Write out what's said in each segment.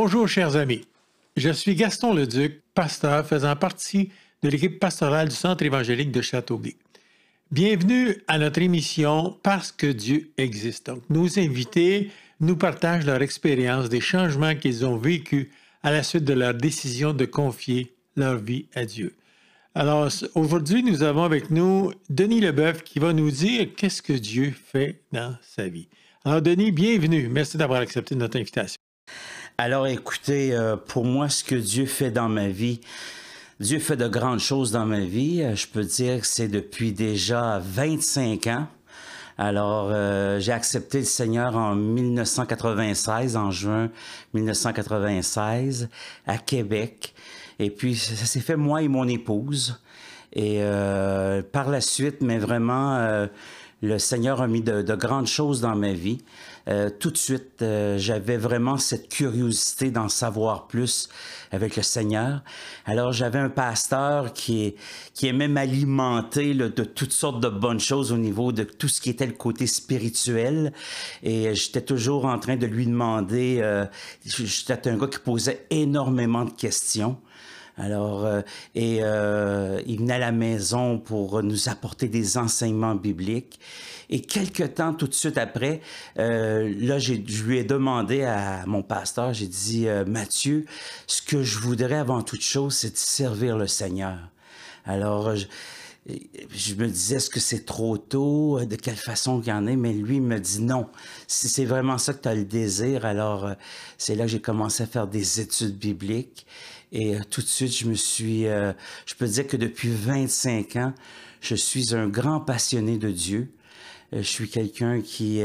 Bonjour, chers amis. Je suis Gaston Leduc, pasteur faisant partie de l'équipe pastorale du Centre évangélique de Châteauguay. Bienvenue à notre émission Parce que Dieu existe. Donc, nos invités nous partagent leur expérience des changements qu'ils ont vécus à la suite de leur décision de confier leur vie à Dieu. Alors, aujourd'hui, nous avons avec nous Denis Leboeuf qui va nous dire qu'est-ce que Dieu fait dans sa vie. Alors, Denis, bienvenue. Merci d'avoir accepté notre invitation. Alors, écoutez, pour moi, ce que Dieu fait dans ma vie, Dieu fait de grandes choses dans ma vie. Je peux dire que c'est depuis déjà 25 ans. Alors, j'ai accepté le Seigneur en 1996, en juin 1996, à Québec. Et puis, ça s'est fait moi et mon épouse. Et par la suite, mais vraiment, le Seigneur a mis de grandes choses dans ma vie. Tout de suite, j'avais vraiment cette curiosité d'en savoir plus avec le Seigneur. Alors, j'avais un pasteur qui aimait m'alimenter de toutes sortes de bonnes choses au niveau de tout ce qui était le côté spirituel. Et j'étais toujours en train de lui demander... j'étais un gars qui posait énormément de questions. Alors, il venait à la maison pour nous apporter des enseignements bibliques. Et quelque temps, tout de suite après, là, je lui ai demandé à mon pasteur, j'ai dit, Mathieu, ce que je voudrais avant toute chose, c'est de servir le Seigneur. Alors, je me disais, est-ce que c'est trop tôt? De quelle façon qu'il y en est? Mais lui, il me dit non. Si c'est vraiment ça que tu as le désir, alors c'est là que j'ai commencé à faire des études bibliques. Et tout de suite, je peux dire que depuis 25 ans, je suis un grand passionné de Dieu. Je suis quelqu'un qui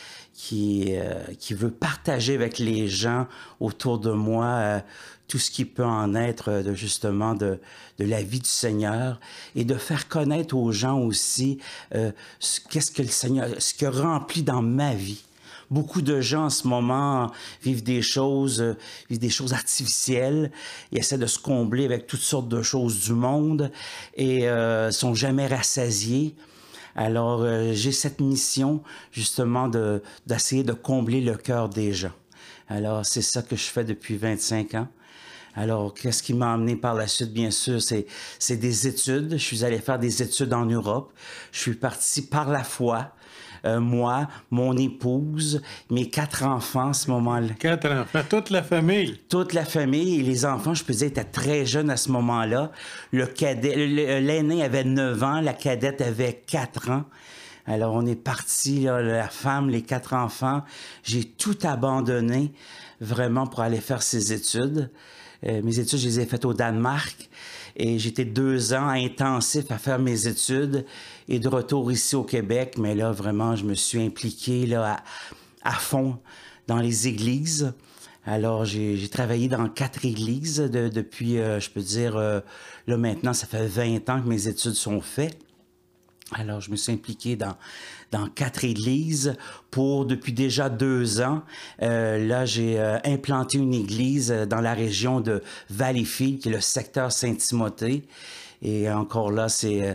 veut partager avec les gens autour de moi tout ce qui peut en être justement de la vie du Seigneur et de faire connaître aux gens aussi qu'est-ce que le Seigneur, ce qu'il a rempli dans ma vie. Beaucoup de gens en ce moment vivent des choses artificielles. Ils essaient de se combler avec toutes sortes de choses du monde et sont jamais rassasiés. Alors, j'ai cette mission, justement, d'essayer de combler le cœur des gens. Alors, c'est ça que je fais depuis 25 ans. Alors, qu'est-ce qui m'a amené par la suite, bien sûr, c'est des études. Je suis allé faire des études en Europe. Je suis parti par la foi. Moi, mon épouse, mes 4 enfants à ce moment-là. 4 enfants, toute la famille. Toute la famille et les enfants, je peux dire, étaient très jeunes à ce moment-là. L'aîné avait 9 ans, la cadette avait 4 ans. Alors, on est parti, la femme, les 4 enfants. J'ai tout abandonné vraiment pour aller faire ces études. Mes études, je les ai faites au Danemark. Et j'étais 2 ans intensif à faire mes études et de retour ici au Québec. Mais là, vraiment, je me suis impliqué là, à fond dans les églises. Alors, j'ai travaillé dans 4 églises depuis, je peux dire, là maintenant, ça fait 20 ans que mes études sont faites. Alors, je me suis impliqué dans 4 églises depuis déjà 2 ans. Là, j'ai implanté une église dans la région de Valleyfield, qui est le secteur Saint-Timothée. Et encore là, c'est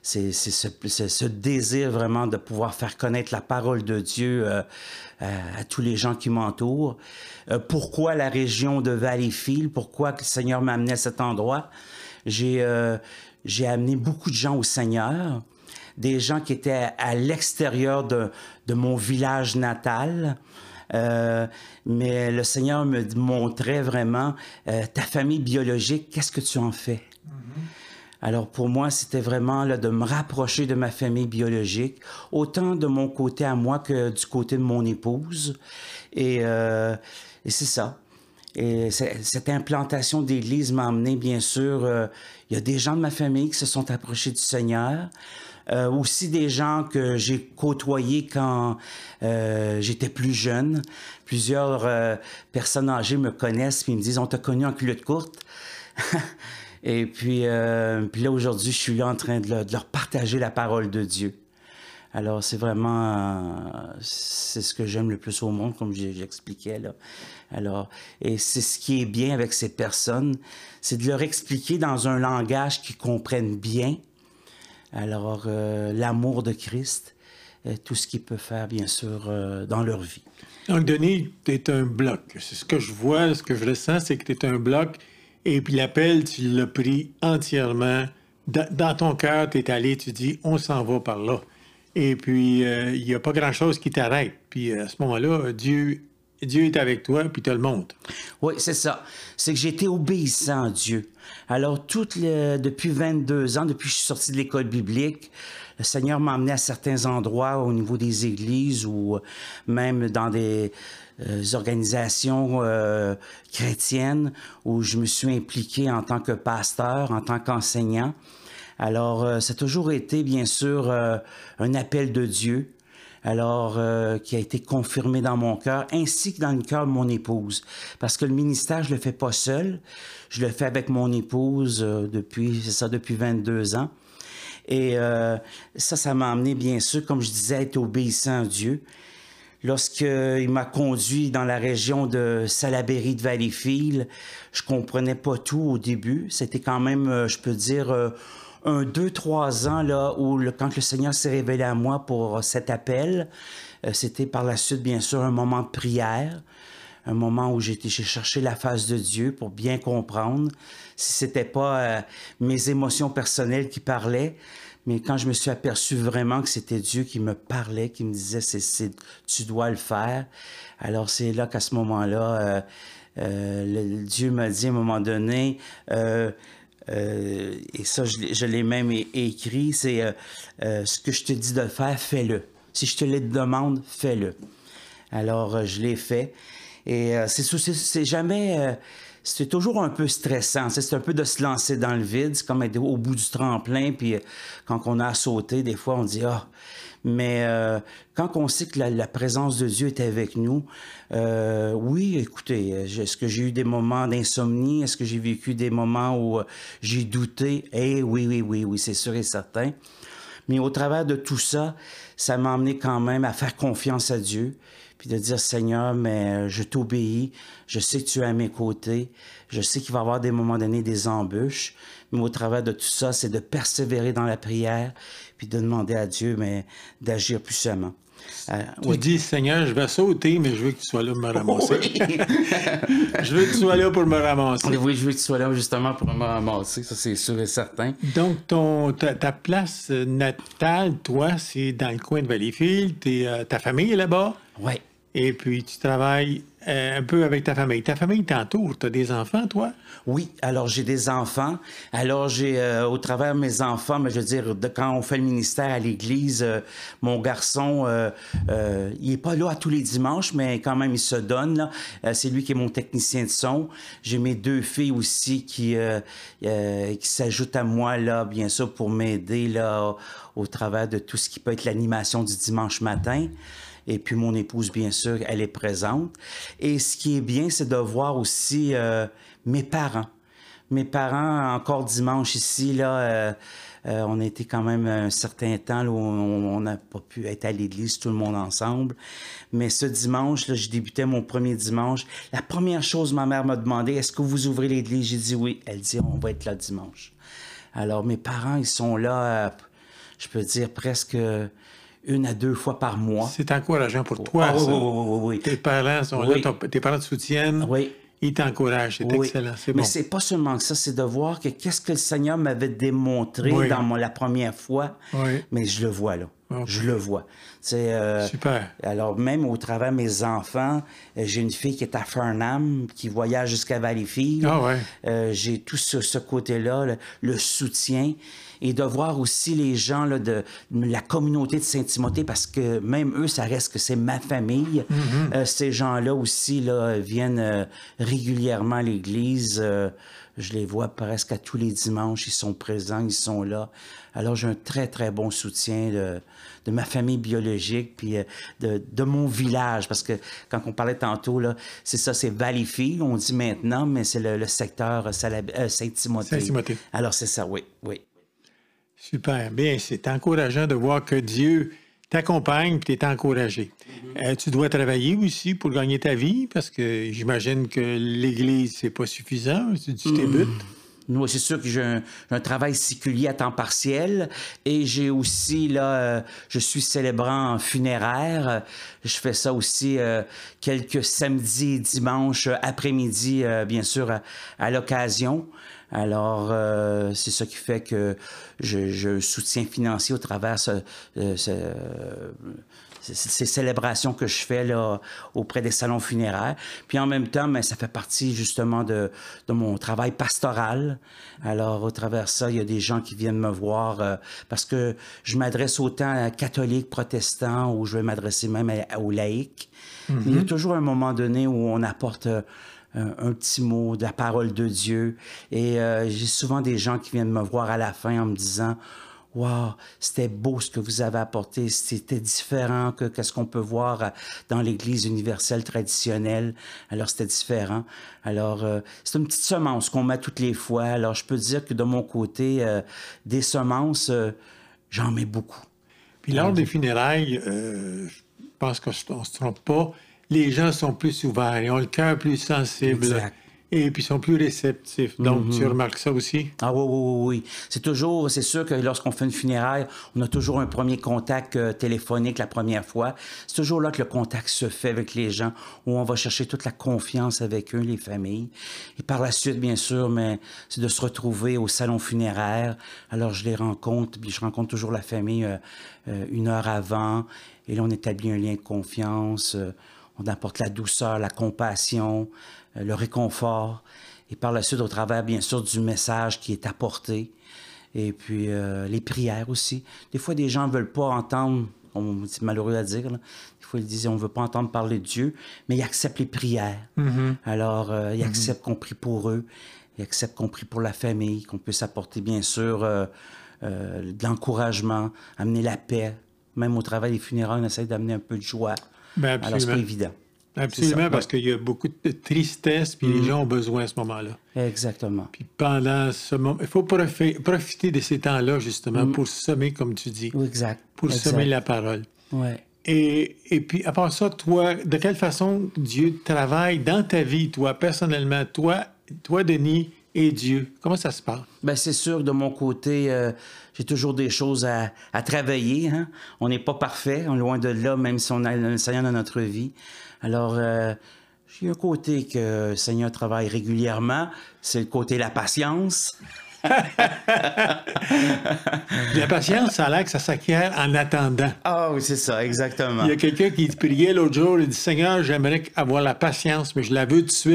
ce désir vraiment de pouvoir faire connaître la parole de Dieu à tous les gens qui m'entourent. Pourquoi la région de Valleyfield? Pourquoi le Seigneur m'a amené à cet endroit? J'ai amené beaucoup de gens au Seigneur. Des gens qui étaient à l'extérieur de mon village natal. Mais le Seigneur me montrait vraiment ta famille biologique, qu'est-ce que tu en fais? Alors pour moi, c'était vraiment là, de me rapprocher de ma famille biologique, autant de mon côté à moi que du côté de mon épouse. Et c'est ça. Et cette implantation d'église m'a amené, bien sûr, il y a des gens de ma famille qui se sont approchés du Seigneur. Aussi des gens que j'ai côtoyés quand j'étais plus jeune. Plusieurs personnes âgées me connaissent et me disent « On t'a connu en culotte courte ». Et puis là, aujourd'hui, je suis là en train de leur partager la parole de Dieu. Alors, c'est vraiment... c'est ce que j'aime le plus au monde, comme j'expliquais là. Alors, et c'est ce qui est bien avec ces personnes, c'est de leur expliquer dans un langage qu'ils comprennent bien. Alors, l'amour de Christ, tout ce qu'il peut faire, bien sûr, dans leur vie. Donc, Denis, tu es un bloc. C'est ce que je vois, ce que je ressens, c'est que tu es un bloc. Et puis l'appel, tu l'as pris entièrement. Dans ton cœur, tu es allé, tu dis, on s'en va par là. Et puis, il n'y a pas grand-chose qui t'arrête. Puis à ce moment-là, Dieu est avec toi, puis tu le montre. Oui, c'est ça. C'est que j'ai été obéissant à Dieu. Alors, depuis 22 ans, depuis que je suis sorti de l'école biblique, le Seigneur m'a emmené à certains endroits au niveau des églises ou même dans des organisations chrétiennes où je me suis impliqué en tant que pasteur, en tant qu'enseignant. Alors, ça a toujours été, bien sûr, un appel de Dieu. Alors, qui a été confirmé dans mon cœur, ainsi que dans le cœur de mon épouse. Parce que le ministère, je le fais pas seul, je le fais avec mon épouse depuis 22 ans. Et ça m'a amené, bien sûr, comme je disais, à être obéissant à Dieu. Lorsqu'il m'a conduit dans la région de Salaberry de Valleyfield, je comprenais pas tout au début. C'était quand même, je peux dire... 2-3 ans, là, quand le Seigneur s'est révélé à moi pour cet appel, c'était par la suite, bien sûr, un moment de prière, un moment où j'ai cherché la face de Dieu pour bien comprendre si c'était pas mes émotions personnelles qui parlaient, mais quand je me suis aperçu vraiment que c'était Dieu qui me parlait, qui me disait tu dois le faire, alors c'est là qu'à ce moment-là, Dieu m'a dit à un moment donné... et ça, je l'ai même écrit, c'est ce que je te dis de faire, fais-le. Si je te le demande, fais-le. Alors, je l'ai fait. Et c'est jamais... c'est toujours un peu stressant. C'est un peu de se lancer dans le vide. C'est comme être au bout du tremplin. Puis quand on a à sauter, des fois, on dit « Ah! » Mais quand on sait que la présence de Dieu est avec nous, oui, écoutez, est-ce que j'ai eu des moments d'insomnie? Est-ce que j'ai vécu des moments où j'ai douté? Eh oui, c'est sûr et certain. Mais au travers de tout ça, ça m'a amené quand même à faire confiance à Dieu, puis de dire, Seigneur, mais je t'obéis, je sais que tu es à mes côtés, je sais qu'il va y avoir des moments donnés des embûches, mais au travers de tout ça, c'est de persévérer dans la prière, puis de demander à Dieu, mais d'agir puissamment. Tu dis, Seigneur, je vais sauter, mais je veux que tu sois là pour me ramasser. Oui. Je veux que tu sois là pour me ramasser. Oui, je veux que tu sois là justement pour me ramasser, ça c'est sûr et certain. Donc, ta place natale, toi, c'est dans le coin de Valleyfield, ta famille est là-bas? Oui. Et puis, tu travailles un peu avec ta famille. Ta famille t'entoure. Tu as des enfants, toi? Oui, alors j'ai des enfants. Alors j'ai, au travers de mes enfants, mais je veux dire, quand on fait le ministère à l'église, mon garçon, il est pas là à tous les dimanches, mais quand même, il se donne. Là. C'est lui qui est mon technicien de son. J'ai mes 2 filles aussi qui s'ajoutent à moi, là, bien sûr, pour m'aider là, au travers de tout ce qui peut être l'animation du dimanche matin. Et puis mon épouse, bien sûr, elle est présente. Et ce qui est bien, c'est de voir aussi mes parents. Mes parents, encore dimanche ici, là, on a été quand même un certain temps là, où on n'a pas pu être à l'église tout le monde ensemble. Mais ce dimanche, là, je débutais mon premier dimanche. La première chose, ma mère m'a demandé, est-ce que vous ouvrez l'église? J'ai dit oui. Elle dit, on va être là dimanche. Alors mes parents, ils sont là, je peux dire presque... 1 à 2 fois par mois. C'est encourageant pour toi, ça. Oui. Tes parents sont là, tes parents te soutiennent. Oui. Ils t'encouragent, c'est excellent, c'est bon. Mais c'est pas seulement ça, c'est de voir que qu'est-ce que le Seigneur m'avait démontré dans la première fois, mais je le vois là. Okay. Je le vois. Super. Alors, même au travers de mes enfants, j'ai une fille qui est à Farnham, qui voyage jusqu'à Valleyfield. Ah ouais. J'ai tout ce côté-là, le soutien. Et de voir aussi les gens là, de la communauté de Saint-Timothée, parce que même eux, ça reste que c'est ma famille. Mm-hmm. Ces gens-là aussi là, viennent régulièrement à l'église. Je les vois presque à tous les dimanches. Ils sont présents, ils sont là. Alors, j'ai un très, très bon soutien de ma famille biologique, puis de mon village. Parce que quand on parlait tantôt, là, c'est ça, c'est Valleyfield, on dit maintenant, mais c'est le secteur Saint-Timothée. Saint-Timothée. Alors, c'est ça, oui. Super. Bien, c'est encourageant de voir que Dieu t'accompagne et tu es encouragé. Tu dois travailler aussi pour gagner ta vie parce que j'imagine que l'Église, c'est pas suffisant. Tu débutes. Moi, c'est sûr que j'ai un travail séculier à temps partiel et j'ai aussi, là, je suis célébrant funéraire. Je fais ça aussi quelques samedis et dimanches après-midi, bien sûr, à l'occasion. Alors, c'est ça qui fait que je soutiens financier au travers ces célébrations que je fais là, auprès des salons funéraires. Puis en même temps, ça fait partie justement de mon travail pastoral. Alors, au travers de ça, il y a des gens qui viennent me voir parce que je m'adresse autant à catholiques, protestants, ou je vais m'adresser même aux laïcs. Mm-hmm. Il y a toujours un moment donné où on apporte un petit mot de la parole de Dieu. Et j'ai souvent des gens qui viennent me voir à la fin en me disant: « Wow, c'était beau ce que vous avez apporté, c'était différent que qu'est-ce qu'on peut voir dans l'Église universelle traditionnelle. » Alors, c'était différent. Alors, c'est une petite semence qu'on met toutes les fois. Alors, je peux dire que de mon côté, des semences, j'en mets beaucoup. Puis lors des funérailles, je pense qu'on ne se trompe pas, les gens sont plus ouverts, ils ont le cœur plus sensible. Exact. Et puis, ils sont plus réceptifs. Donc, tu remarques ça aussi? Ah oui. C'est sûr que lorsqu'on fait une funéraille, on a toujours un premier contact téléphonique la première fois. C'est toujours là que le contact se fait avec les gens, où on va chercher toute la confiance avec eux, les familles. Et par la suite, bien sûr, mais c'est de se retrouver au salon funéraire. Alors, je les rencontre, puis je rencontre toujours la famille une heure avant. Et là, on établit un lien de confiance. On apporte la douceur, la compassion, le réconfort. Et par la suite, au travers, bien sûr, du message qui est apporté. Et puis, les prières aussi. Des fois, des gens ne veulent pas entendre, c'est malheureux à dire, là. Des fois, ils disent on ne veut pas entendre parler de Dieu, mais ils acceptent les prières. Mm-hmm. Alors, ils acceptent qu'on prie pour eux. Ils acceptent qu'on prie pour la famille, qu'on puisse apporter, bien sûr, de l'encouragement, amener la paix. Même au travail des funérailles, on essaie d'amener un peu de joie. Bien, alors, c'est pas évident. Absolument, parce qu'il y a beaucoup de tristesse, puis les gens ont besoin à ce moment-là. Exactement. Puis pendant ce moment, il faut profiter de ces temps-là, justement, pour semer, comme tu dis. Exact. Pour semer la parole. Ouais. Et puis, à part ça, toi, de quelle façon Dieu travaille dans ta vie, toi, personnellement, toi, Denis, et Dieu? Comment ça se passe? Bien, c'est sûr que de mon côté, j'ai toujours des choses à travailler. Hein? On n'est pas parfait, loin de là, même si on a le Seigneur dans notre vie. Alors, j'ai un côté que le Seigneur travaille régulièrement, c'est le côté de la patience. La patience, ça a l'air que ça s'acquiert en attendant. Ah oui, c'est ça, exactement. Il y a quelqu'un qui priait l'autre jour, il dit: « Seigneur, j'aimerais avoir la patience, mais je la veux tout de suite. »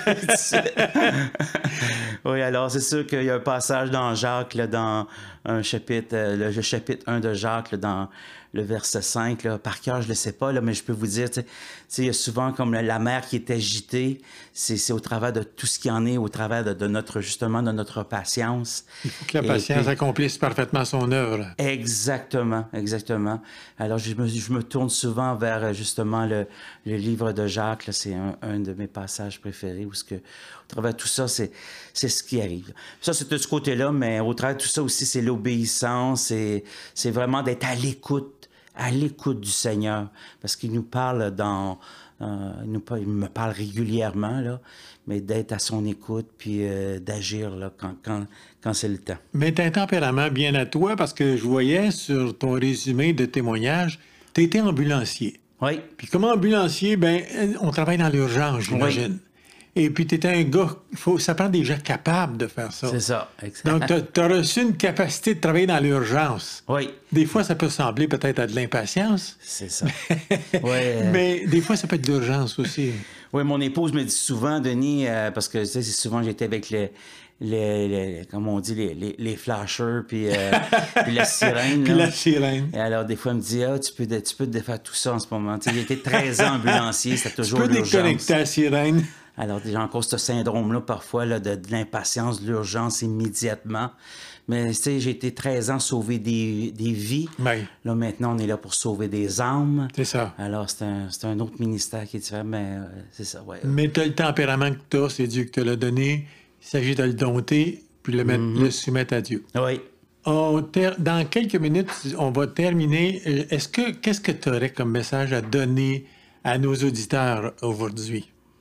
Oui, alors c'est sûr qu'il y a un passage dans Jacques, là, dans un chapitre, le chapitre 1 de Jacques, là, dans le verset 5, là, par cœur, je ne le sais pas, là, mais je peux vous dire, il y a souvent comme la mer qui est agitée, c'est au travers de tout ce qui en est, au travers de notre, justement, de notre patience. Il faut que la patience accomplisse parfaitement son œuvre. Exactement. Alors, je me tourne souvent vers, justement, le livre de Jacques, c'est un de mes passages préférés, où au travers de tout ça, c'est ce qui arrive. Ça, c'est de ce côté-là, mais au travers de tout ça aussi, c'est l'obéissance, c'est vraiment d'être à l'écoute du Seigneur, parce qu'il nous parle il me parle régulièrement, là, mais d'être à son écoute, puis d'agir là, quand c'est le temps. Mais tu as un tempérament bien à toi, parce que je voyais sur ton résumé de témoignage, tu étais ambulancier. Oui. Puis comme ambulancier, on travaille dans l'urgence, j'imagine. Oui. Et puis, tu étais un gars, ça prend des gens capables de faire ça. C'est ça, exactement. Donc, tu as reçu une capacité de travailler dans l'urgence. Oui. Des fois, ça peut sembler peut-être à de l'impatience. C'est ça. Ouais, mais des fois, ça peut être de l'urgence aussi. Oui, mon épouse me dit souvent, Denis, parce que tu sais, souvent j'étais avec comme on dit, les flashers, puis la sirène. Puis la sirène. Et alors, des fois, elle me dit, tu peux te défaire tout ça en ce moment. Tu sais, il était 13 ans ambulancier, c'était toujours l'urgence. Tu peux déconnecter la sirène. Alors, j'ai encore ce syndrome-là, parfois, là, de l'impatience, de l'urgence immédiatement. Mais, tu sais, j'ai été 13 ans sauver des vies. Oui. Là, maintenant, on est là pour sauver des âmes. C'est ça. Alors, c'est un autre ministère qui est différent, mais c'est ça, ouais. Mais tu as le tempérament que tu as, c'est Dieu qui te l'a donné. Il s'agit de le dompter, puis le soumettre à Dieu. Oui. Dans quelques minutes, on va terminer. Qu'est-ce que tu aurais comme message à donner à nos auditeurs aujourd'hui?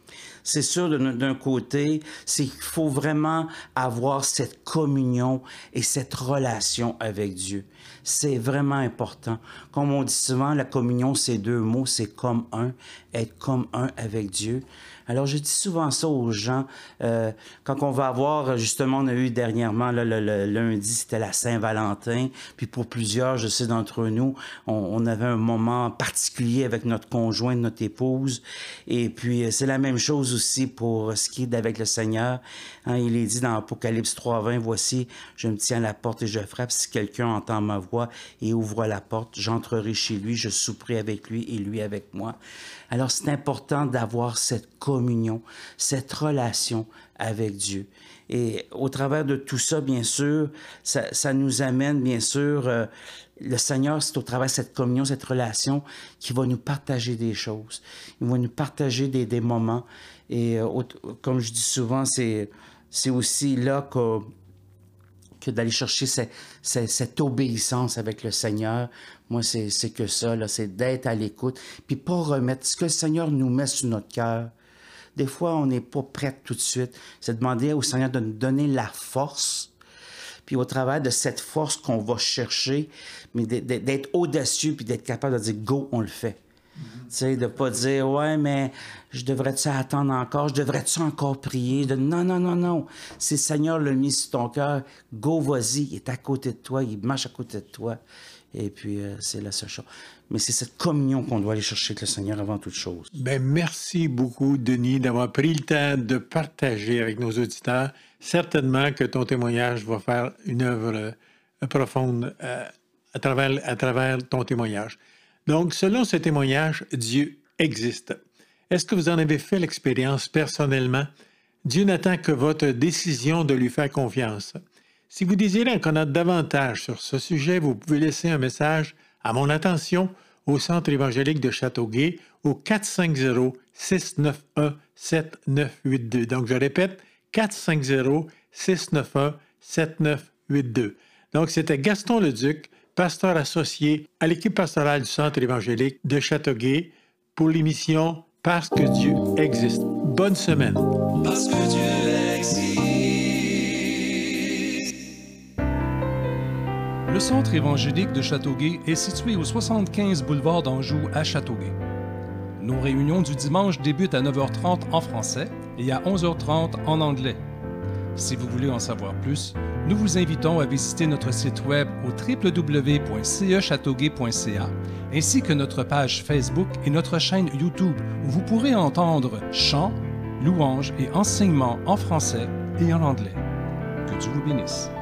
C'est sûr, d'un côté, c'est qu'il faut vraiment avoir cette communion et cette relation avec Dieu. C'est vraiment important. Comme on dit souvent, la communion, c'est 2 mots, c'est comme un, être comme un avec Dieu. Alors, je dis souvent ça aux gens. Quand on va avoir, justement, on a eu dernièrement, là, le lundi, c'était la Saint-Valentin. Puis pour plusieurs, je sais d'entre nous, on avait un moment particulier avec notre conjoint, notre épouse. Et puis, c'est la même chose aussi pour ce qui est d'avec le Seigneur. Hein, il est dit dans Apocalypse 3:20, « Voici, je me tiens à la porte et je frappe. Si quelqu'un entend ma voix et ouvre la porte, j'entrerai chez lui, je souperai avec lui et lui avec moi. » Alors, c'est important d'avoir cette communion, cette relation avec Dieu. Et au travers de tout ça, bien sûr, ça nous amène, bien sûr, le Seigneur, c'est au travers de cette communion, cette relation, qu'il va nous partager des choses. Il va nous partager des moments. Et comme je dis souvent, c'est aussi là que d'aller chercher cette obéissance avec le Seigneur. Moi, c'est que ça, là, c'est d'être à l'écoute, puis pas remettre ce que le Seigneur nous met sur notre cœur. Des fois, on n'est pas prêt tout de suite. C'est demander au Seigneur de nous donner la force, puis au travers de cette force qu'on va chercher, mais d'être audacieux, puis d'être capable de dire « go, on le fait ». Tu sais, de ne pas dire « ouais, mais je devrais-tu attendre encore? Je devrais-tu encore prier? » Non, non, non, non. Si le Seigneur l'a mis sur ton cœur, go, vas-y, il est à côté de toi, il marche à côté de toi. Et puis, c'est la seule chose. Mais c'est cette communion qu'on doit aller chercher avec le Seigneur avant toute chose. Bien, merci beaucoup, Denis, d'avoir pris le temps de partager avec nos auditeurs. Certainement que ton témoignage va faire une œuvre profonde à travers ton témoignage. Donc, selon ce témoignage, Dieu existe. Est-ce que vous en avez fait l'expérience personnellement? Dieu n'attend que votre décision de lui faire confiance. Si vous désirez en connaître davantage sur ce sujet, vous pouvez laisser un message à mon attention au Centre évangélique de Châteauguay au 450-691-7982. Donc, je répète, 450-691-7982. Donc, c'était Gaston Leduc, pasteur associé à l'équipe pastorale du Centre évangélique de Châteauguay pour l'émission « Parce que Dieu existe ». Bonne semaine. Parce que Dieu existe. Le Centre évangélique de Châteauguay est situé au 75 boulevard d'Anjou à Châteauguay. Nos réunions du dimanche débutent à 9h30 en français et à 11h30 en anglais. Si vous voulez en savoir plus, nous vous invitons à visiter notre site web au www.cechateauguay.ca ainsi que notre page Facebook et notre chaîne YouTube où vous pourrez entendre chants, louanges et enseignements en français et en anglais. Que Dieu vous bénisse.